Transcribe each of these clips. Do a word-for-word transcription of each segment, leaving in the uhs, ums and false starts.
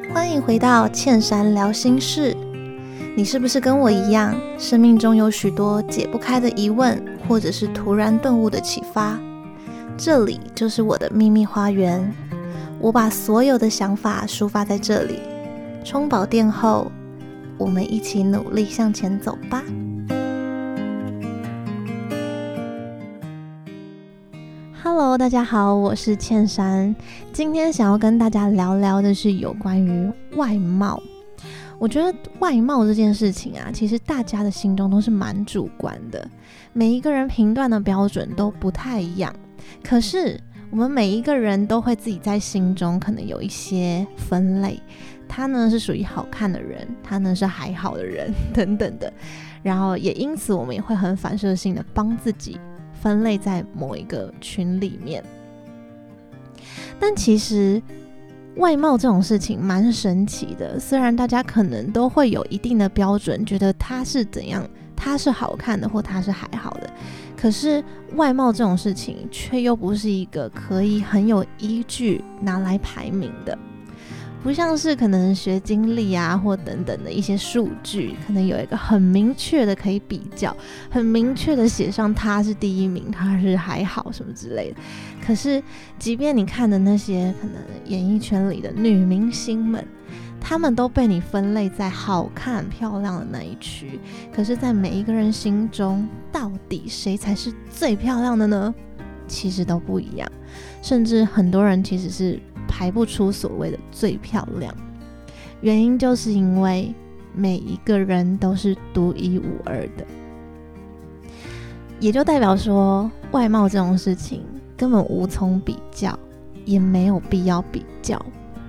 欢迎回到茜珊聊心事。你是不是跟我一样，生命中有许多解不开的疑问，或者是突然顿悟的启发？这里就是我的秘密花园，我把所有的想法抒发在这里。充饱电后，我们一起努力向前走吧。Hello， 大家好，我是茜珊。今天想要跟大家聊聊的是有关于外貌。我觉得外貌这件事情啊，其实大家的心中都是蛮主观的，每一个人评断的标准都不太一样。可是我们每一个人都会自己在心中可能有一些分类，他呢是属于好看的人，他呢是还好的人等等的，然后也因此我们也会很反射性的帮自己分类在某一个群里面。但其实外貌这种事情蛮神奇的，虽然大家可能都会有一定的标准，觉得他是怎样，他是好看的或他是还好的，可是外貌这种事情却又不是一个可以很有依据拿来排名的。不像是可能学经历啊或等等的一些数据，可能有一个很明确的可以比较，很明确的写上他是第一名，他是还好什么之类的。可是即便你看的那些可能演艺圈里的女明星们，她们都被你分类在好看漂亮的那一区，可是在每一个人心中，到底谁才是最漂亮的呢？其实都不一样，甚至很多人其实是排不出所谓的最漂亮，原因就是因为每一个人都是独一无二的，也就代表说外貌这种事情根本无从比较，也没有必要比较。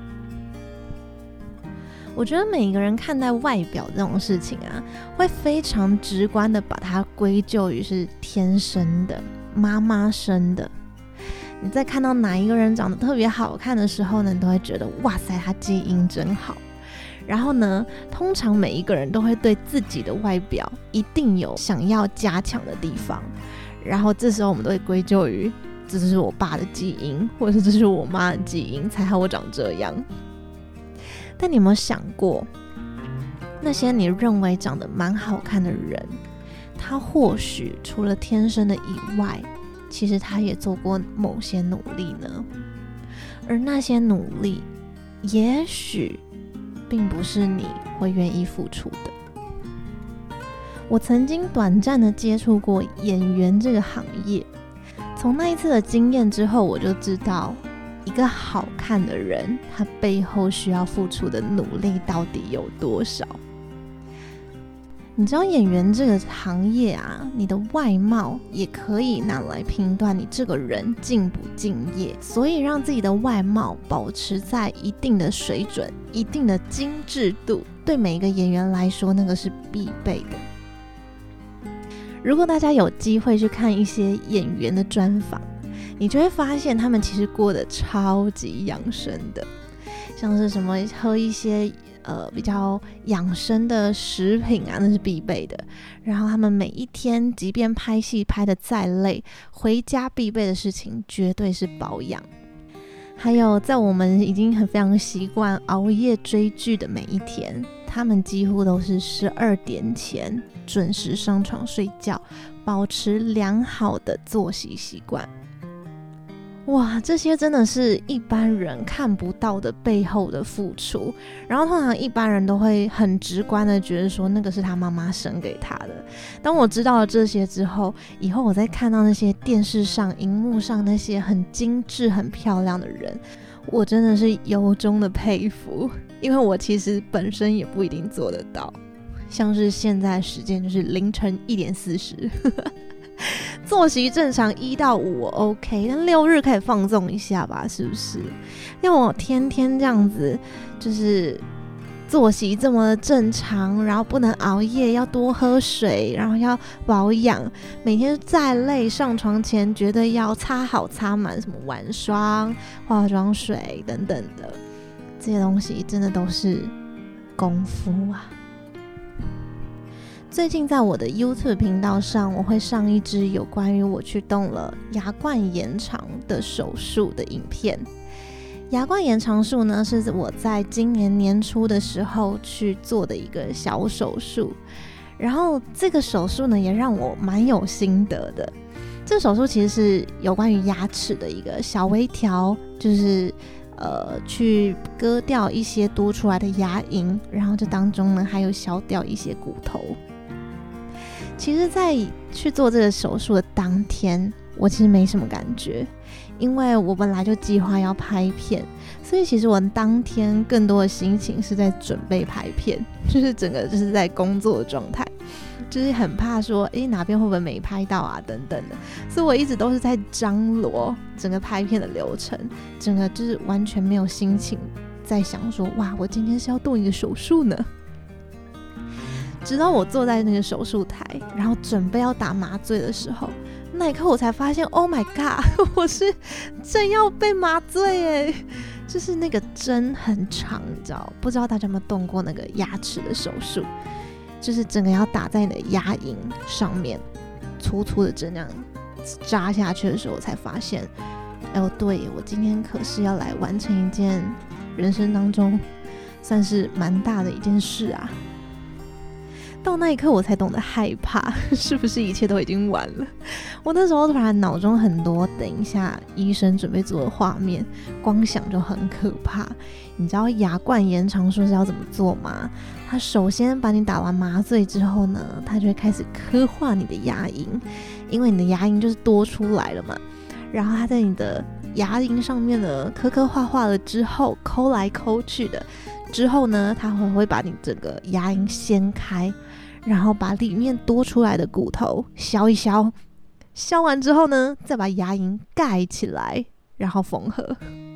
我觉得每一个人看待外表这种事情啊，会非常直观的把它归咎于是天生的，妈妈生的。你在看到哪一个人长得特别好看的时候呢，你都会觉得哇塞，他基因真好。然后呢，通常每一个人都会对自己的外表一定有想要加强的地方，然后这时候我们都会归咎于这是我爸的基因，或者是这是我妈的基因才害我长这样。但你有没有想过，那些你认为长得蛮好看的人，他或许除了天生的以外，其实他也做过某些努力呢？而那些努力，也许并不是你会愿意付出的。我曾经短暂的接触过演员这个行业，从那一次的经验之后，我就知道一个好看的人，他背后需要付出的努力到底有多少。你知道演员这个行业啊，你的外貌也可以拿来评断你这个人敬不敬业，所以让自己的外貌保持在一定的水准、一定的精致度，对每一个演员来说，那个是必备的。如果大家有机会去看一些演员的专访，你就会发现他们其实过得超级养生的，像是什么喝一些呃比较养生的食品啊，那是必备的。然后他们每一天即便拍戏拍得再累，回家必备的事情绝对是保养。还有在我们已经很非常习惯熬夜追剧的每一天，他们几乎都是十二点前准时上床睡觉，保持良好的作息习惯。哇，这些真的是一般人看不到的背后的付出，然后通常一般人都会很直观的觉得说那个是他妈妈生给他的。当我知道了这些之后，以后我再看到那些电视上荧幕上那些很精致很漂亮的人，我真的是由衷的佩服，因为我其实本身也不一定做得到。像是现在时间就是凌晨一点四十作息正常一到五我 OK， 但六日可以放纵一下吧，是不是？因为我天天这样子，就是作息这么正常，然后不能熬夜，要多喝水，然后要保养，每天再累，上床前绝对要擦好擦满什么晚霜、化妆水等等的，这些东西真的都是功夫啊。最近在我的 YouTube 频道上，我会上一支有关于我去动了牙冠延长的手术的影片。 牙冠延长术呢，是我在今年年初的时候去做的一个小手术，然后这个手术呢也让我蛮有心得的。这个手术其实是有关于牙齿的一个小微调，就是呃去割掉一些多出来的牙龈，然后这当中呢还有削掉一些骨头。其实在去做这个手术的当天，我其实没什么感觉，因为我本来就计划要拍片，所以其实我当天更多的心情是在准备拍片，就是整个就是在工作的状态，就是很怕说诶哪边会不会没拍到啊等等的，所以我一直都是在张罗整个拍片的流程，整个就是完全没有心情在想说哇我今天是要动一个手术呢。直到我坐在那个手术台，然后准备要打麻醉的时候，那一刻我才发现 Oh my god 我是正要被麻醉耶，就是那个针很长，你知道不知道大家有没有动过那个牙齿的手术，就是整个要打在你的牙龈上面，粗粗的针这样扎下去的时候，我才发现哎呦对，我今天可是要来完成一件人生当中算是蛮大的一件事啊。到那一刻我才懂得害怕，是不是一切都已经完了？我那时候突然脑中很多等一下医生准备做的画面，光想就很可怕。你知道牙冠延长术是要怎么做吗？他首先把你打完麻醉之后呢，他就会开始刻画你的牙龈，因为你的牙龈就是多出来了嘛，然后他在你的牙龈上面呢刻刻画画了之后，抠来抠去的之后呢，他会会把你整个牙龈掀开，然后把里面多出来的骨头削一削，削完之后呢，再把牙龈盖起来，然后缝合。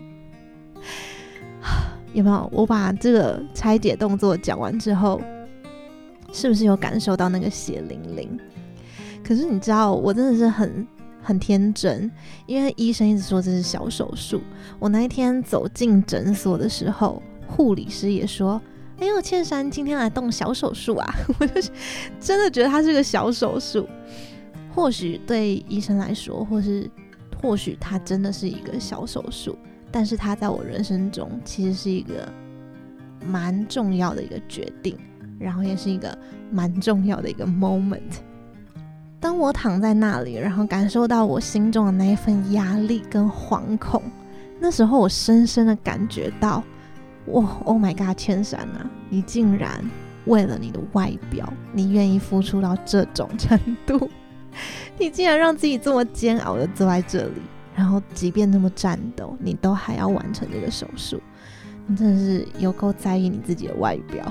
有没有？我把这个拆解动作讲完之后，是不是有感受到那个血淋淋？可是你知道，我真的是很很天真，因为医生一直说这是小手术。我那一天走进诊所的时候，护理师也说哎呦茜珊今天来动小手术啊我就真的觉得它是个小手术，或许对医生来说，或是或许它真的是一个小手术，但是它在我人生中其实是一个蛮重要的一个决定，然后也是一个蛮重要的一个 moment。 当我躺在那里，然后感受到我心中的那一份压力跟惶恐，那时候我深深的感觉到哇 Oh my god 茜珊啊，你竟然为了你的外表，你愿意付出到这种程度，你竟然让自己这么煎熬的坐在这里，然后即便那么战斗，你都还要完成这个手术，你真的是有够在意你自己的外表。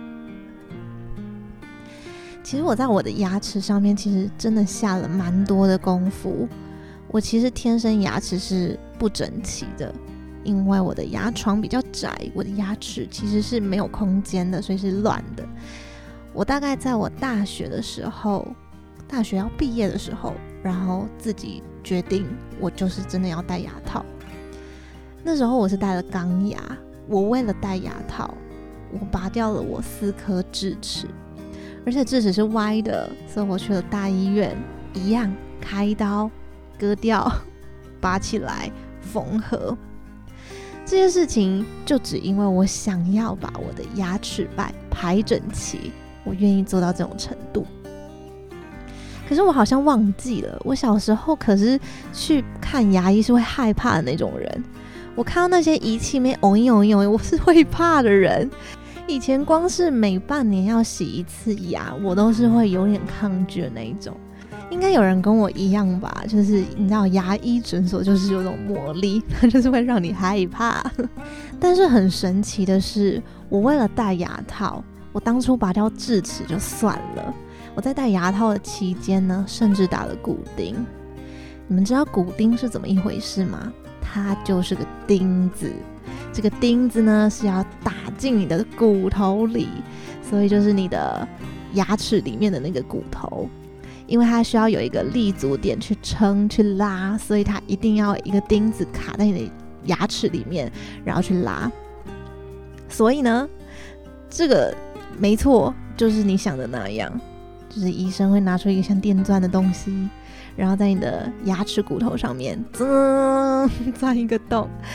其实我在我的牙齿上面其实真的下了蛮多的功夫，我其实天生牙齿是不整齐的，因为我的牙床比较窄，我的牙齿其实是没有空间的，所以是乱的。我大概在我大学的时候，大学要毕业的时候，然后自己决定我就是真的要戴牙套。那时候我是戴了钢牙，我为了戴牙套，我拔掉了我四颗智齿，而且智齿是歪的，所以我去了大医院，一样开刀割掉，拔起来缝合。这件事情就只因为我想要把我的牙齿摆排整齐，我愿意做到这种程度。可是我好像忘记了，我小时候可是去看牙医是会害怕的那种人，我看到那些仪器没嗡一嗡一嗡，我是会怕的人。以前光是每半年要洗一次牙，我都是会有点抗拒的那一种。应该有人跟我一样吧，就是你知道牙医诊所就是有种魔力，它就是会让你害怕。但是很神奇的是，我为了戴牙套，我当初拔掉智齿就算了，我在戴牙套的期间呢，甚至打了骨钉。你们知道骨钉是怎么一回事吗？它就是个钉子，这个钉子呢是要打进你的骨头里，所以就是你的牙齿里面的那个骨头，因为它需要有一个立足点去撑去拉，所以它一定要一个钉子卡在你的牙齿里面，然后去拉。所以呢，这个没错，就是你想的那样，就是医生会拿出一个像电钻的东西，然后在你的牙齿骨头上面钻钻一个洞，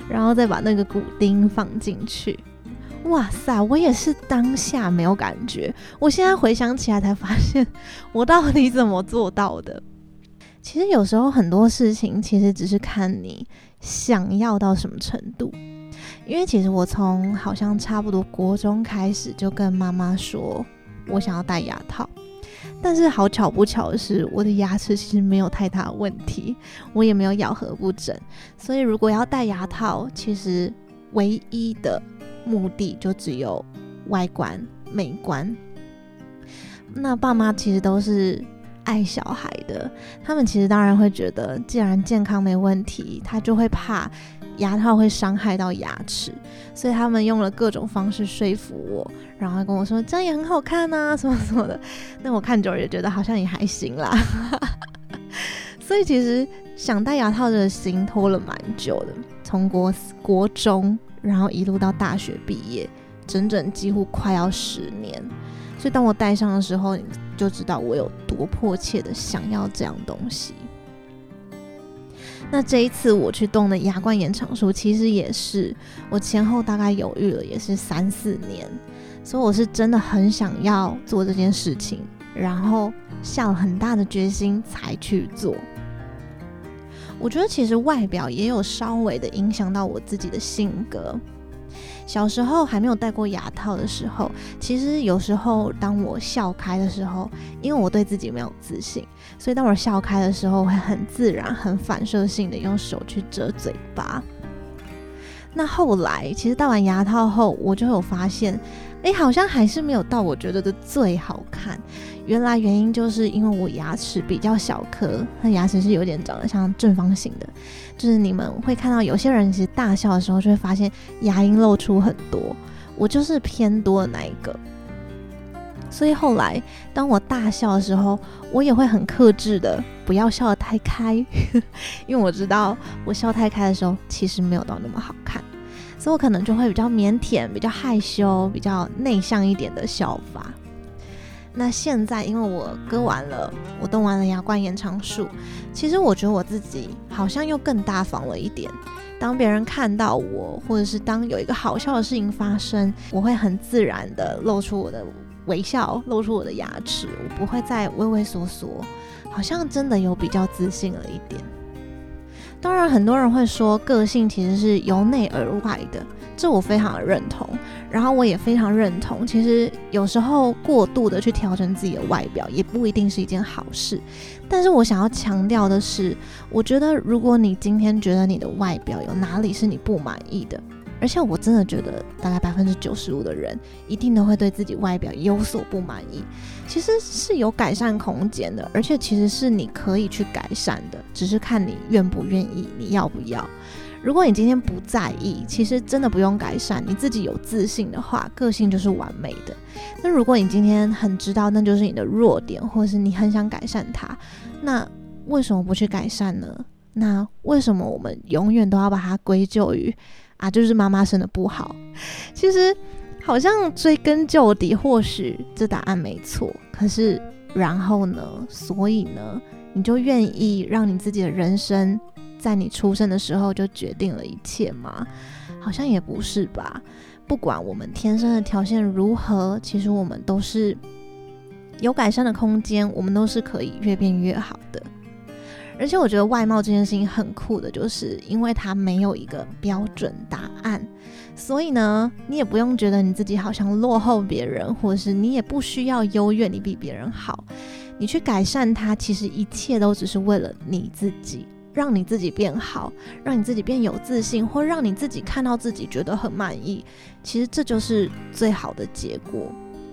然后再把那个骨钉放进去。哇塞，我也是当下没有感觉，我现在回想起来才发现我到底怎么做到的。其实有时候很多事情其实只是看你想要到什么程度。因为其实我从好像差不多国中开始就跟妈妈说我想要戴牙套，但是好巧不巧的是我的牙齿其实没有太大的问题，我也没有咬合不整，所以如果要戴牙套，其实唯一的目的就只有外观美观。那爸妈其实都是爱小孩的，他们其实当然会觉得既然健康没问题，他就会怕牙套会伤害到牙齿，所以他们用了各种方式说服我，然后跟我说这样也很好看啊什么什么的。那我看久了也觉得好像也还行啦所以其实想戴牙套的心拖了蛮久的，从 国, 国中然后一路到大学毕业，整整几乎快要十年。所以当我戴上的时候，你就知道我有多迫切的想要这样东西。那这一次我去动的牙冠延长术，其实也是我前后大概犹豫了也是三四年，所以我是真的很想要做这件事情，然后下了很大的决心才去做。我觉得其实外表也有稍微的影响到我自己的性格。小时候还没有戴过牙套的时候，其实有时候当我笑开的时候，因为我对自己没有自信，所以当我笑开的时候，我会很自然很反射性的用手去遮嘴巴。那后来其实戴完牙套后，我就有发现哎，好像还是没有到我觉得的最好看。原来原因就是因为我牙齿比较小颗，那牙齿是有点长得像正方形的，就是你们会看到有些人其实大笑的时候就会发现牙龈露出很多，我就是偏多的那一个。所以后来当我大笑的时候，我也会很克制的不要笑得太开因为我知道我笑太开的时候其实没有到那么好看，所以我可能就会比较腼腆，比较害羞，比较内向一点的笑法。那现在因为我割完了，我动完了牙冠延长术，其实我觉得我自己好像又更大方了一点。当别人看到我，或者是当有一个好笑的事情发生，我会很自然的露出我的微笑，露出我的牙齿，我不会再畏畏缩缩，好像真的有比较自信了一点。当然很多人会说个性其实是由内而外的，这我非常的认同，然后我也非常认同其实有时候过度的去调整自己的外表也不一定是一件好事。但是我想要强调的是，我觉得如果你今天觉得你的外表有哪里是你不满意的，而且我真的觉得大概百分之九十五的人一定都会对自己外表有所不满意，其实是有改善空间的，而且其实是你可以去改善的，只是看你愿不愿意，你要不要。如果你今天不在意，其实真的不用改善，你自己有自信的话，个性就是完美的。那如果你今天很知道那就是你的弱点，或者是你很想改善它，那为什么不去改善呢？那为什么我们永远都要把它归咎于啊，就是妈妈生的不好？其实好像追根究底，或许这答案没错，可是然后呢？所以呢，你就愿意让你自己的人生在你出生的时候就决定了一切吗？好像也不是吧。不管我们天生的条件如何，其实我们都是有改善的空间，我们都是可以越变越好的。而且我觉得外貌这件事情很酷的，就是因为它没有一个标准答案，所以呢，你也不用觉得你自己好像落后别人，或者是你也不需要优越你比别人好。你去改善它，其实一切都只是为了你自己，让你自己变好，让你自己变有自信，或让你自己看到自己觉得很满意，其实这就是最好的结果。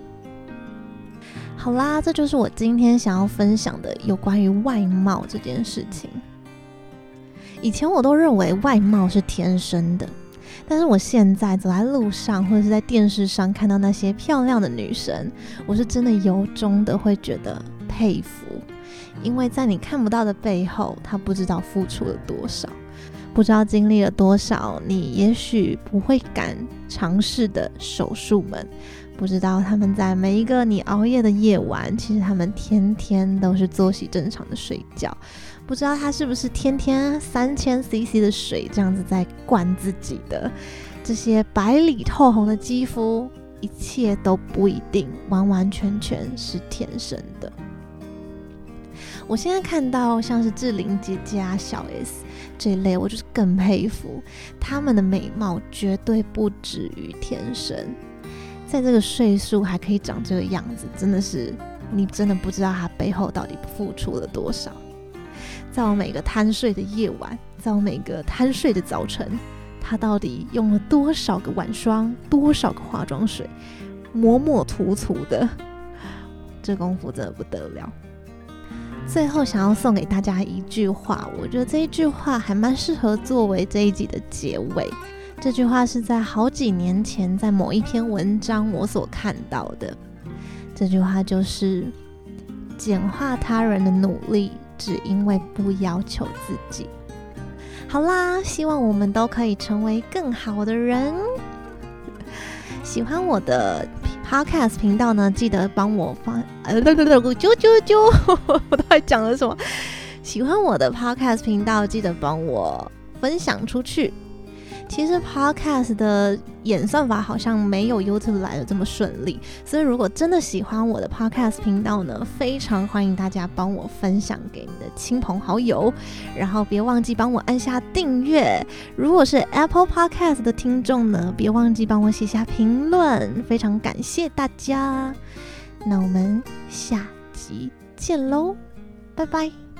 好啦，这就是我今天想要分享的有关于外貌这件事情。以前我都认为外貌是天生的，但是我现在走在路上或者是在电视上看到那些漂亮的女生，我是真的由衷的会觉得佩服，因为在你看不到的背后，她不知道付出了多少，不知道经历了多少你也许不会敢尝试的手术们，不知道他们在每一个你熬夜的夜晚，其实他们天天都是作息正常的睡觉， 不知道他是不是天天三千 C C 的水这样子在灌自己的，这些白里透红的肌肤，一切都不一定完完全全是天生的。我现在看到像是志玲姐姐啊、小 S 这一类，我就是更佩服她们的美貌绝对不止于天生，在这个岁数还可以长这个样子，真的是你真的不知道她背后到底付出了多少。在我每个贪睡的夜晚，在我每个贪睡的早晨，她到底用了多少个晚霜，多少个化妆水，抹抹涂涂的，这功夫真的不得了。最后想要送给大家一句话，我觉得这一句话还蛮适合作为这一集的结尾。这句话是在好几年前在某一篇文章我所看到的，这句话就是简化他人的努力，只因为不要求自己。好啦，希望我们都可以成为更好的人。喜欢我的 podcast 频道呢，记得帮我放呃啾啾啾我到底讲了什么？喜欢我的 podcast 频道，记得帮我分享出去。其实 podcast 的演算法好像没有 YouTube 来的这么顺利，所以如果真的喜欢我的 podcast 频道呢，非常欢迎大家帮我分享给你的亲朋好友，然后别忘记帮我按下订阅。如果是 Apple Podcast 的听众呢，别忘记帮我写下评论，非常感谢大家。那我们下集见咯，拜拜。